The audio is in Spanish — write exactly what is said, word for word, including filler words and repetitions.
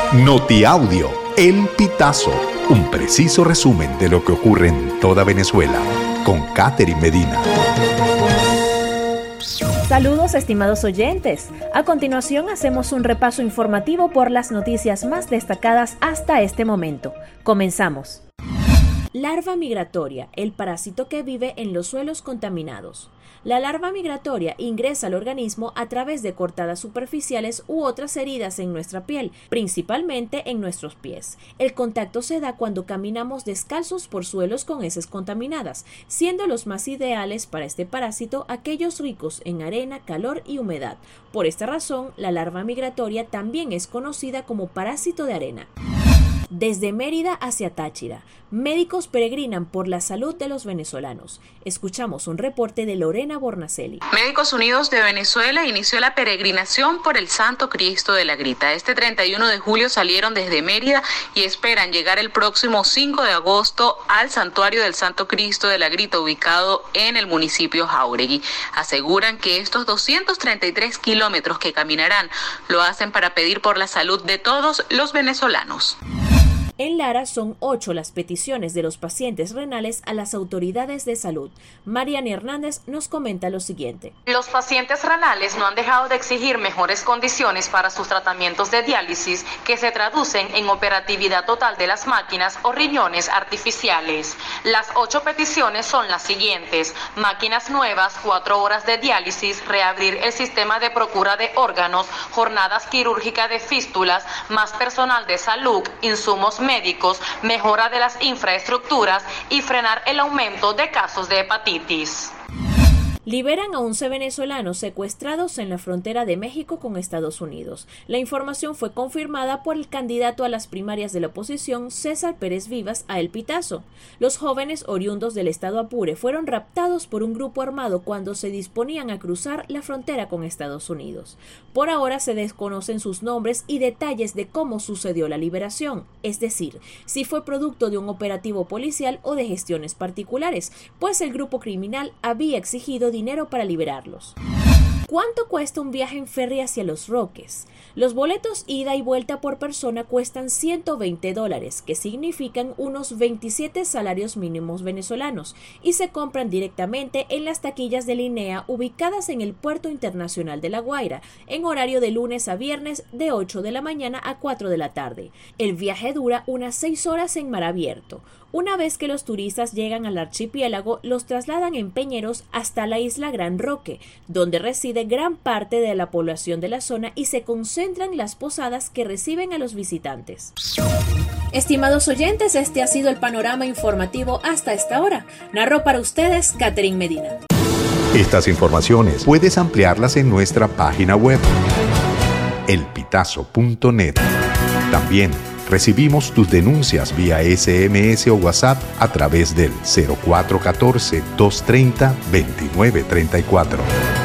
Notiaudio, El Pitazo, un preciso resumen de lo que ocurre en toda Venezuela, con Catherine Medina. Saludos, estimados oyentes. A continuación hacemos un repaso informativo por las noticias más destacadas hasta este momento. Comenzamos. Larva migratoria, el parásito que vive en los suelos contaminados. La larva migratoria ingresa al organismo a través de cortadas superficiales u otras heridas en nuestra piel, principalmente en nuestros pies. El contacto se da cuando caminamos descalzos por suelos con heces contaminadas, siendo los más ideales para este parásito aquellos ricos en arena, calor y humedad. Por esta razón, la larva migratoria también es conocida como parásito de arena. Desde Mérida hacia Táchira, médicos peregrinan por la salud de los venezolanos. Escuchamos un reporte de Lorena Bornacelli. Médicos Unidos de Venezuela inició la peregrinación por el Santo Cristo de la Grita. Este treinta y uno de julio salieron desde Mérida y esperan llegar el próximo cinco de agosto al Santuario del Santo Cristo de la Grita, ubicado en el municipio Jáuregui. Aseguran que estos doscientos treinta y tres kilómetros que caminarán lo hacen para pedir por la salud de todos los venezolanos. En Lara son ocho las peticiones de los pacientes renales a las autoridades de salud. Mariana Hernández nos comenta lo siguiente. Los pacientes renales no han dejado de exigir mejores condiciones para sus tratamientos de diálisis, que se traducen en operatividad total de las máquinas o riñones artificiales. Las ocho peticiones son las siguientes: máquinas nuevas, cuatro horas de diálisis, reabrir el sistema de procura de órganos, jornadas quirúrgicas de fístulas, más personal de salud, insumos médicos, mejora de las infraestructuras y frenar el aumento de casos de hepatitis. Liberan a once venezolanos secuestrados en la frontera de México con Estados Unidos. La información fue confirmada por el candidato a las primarias de la oposición, César Pérez Vivas, a El Pitazo. Los jóvenes oriundos del estado Apure fueron raptados por un grupo armado cuando se disponían a cruzar la frontera con Estados Unidos. Por ahora se desconocen sus nombres y detalles de cómo sucedió la liberación, es decir, si fue producto de un operativo policial o de gestiones particulares, pues el grupo criminal había exigido dinero para liberarlos. ¿Cuánto cuesta un viaje en ferry hacia Los Roques? Los boletos ida y vuelta por persona cuestan ciento veinte dólares, que significan unos veintisiete salarios mínimos venezolanos, y se compran directamente en las taquillas de Linea ubicadas en el Puerto Internacional de La Guaira, en horario de lunes a viernes de ocho de la mañana a cuatro de la tarde. El viaje dura unas seis horas en mar abierto. Una vez que los turistas llegan al archipiélago, los trasladan en peñeros hasta la isla Gran Roque, donde reside gran parte de la población de la zona y se concentran las posadas que reciben a los visitantes. Estimados oyentes, este ha sido el panorama informativo hasta esta hora. Narró para ustedes Catherine Medina. Estas informaciones puedes ampliarlas en nuestra página web, el pitazo punto net. También recibimos tus denuncias vía ese eme ese o WhatsApp a través del cero cuatro uno cuatro, dos tres cero, dos nueve tres cuatro.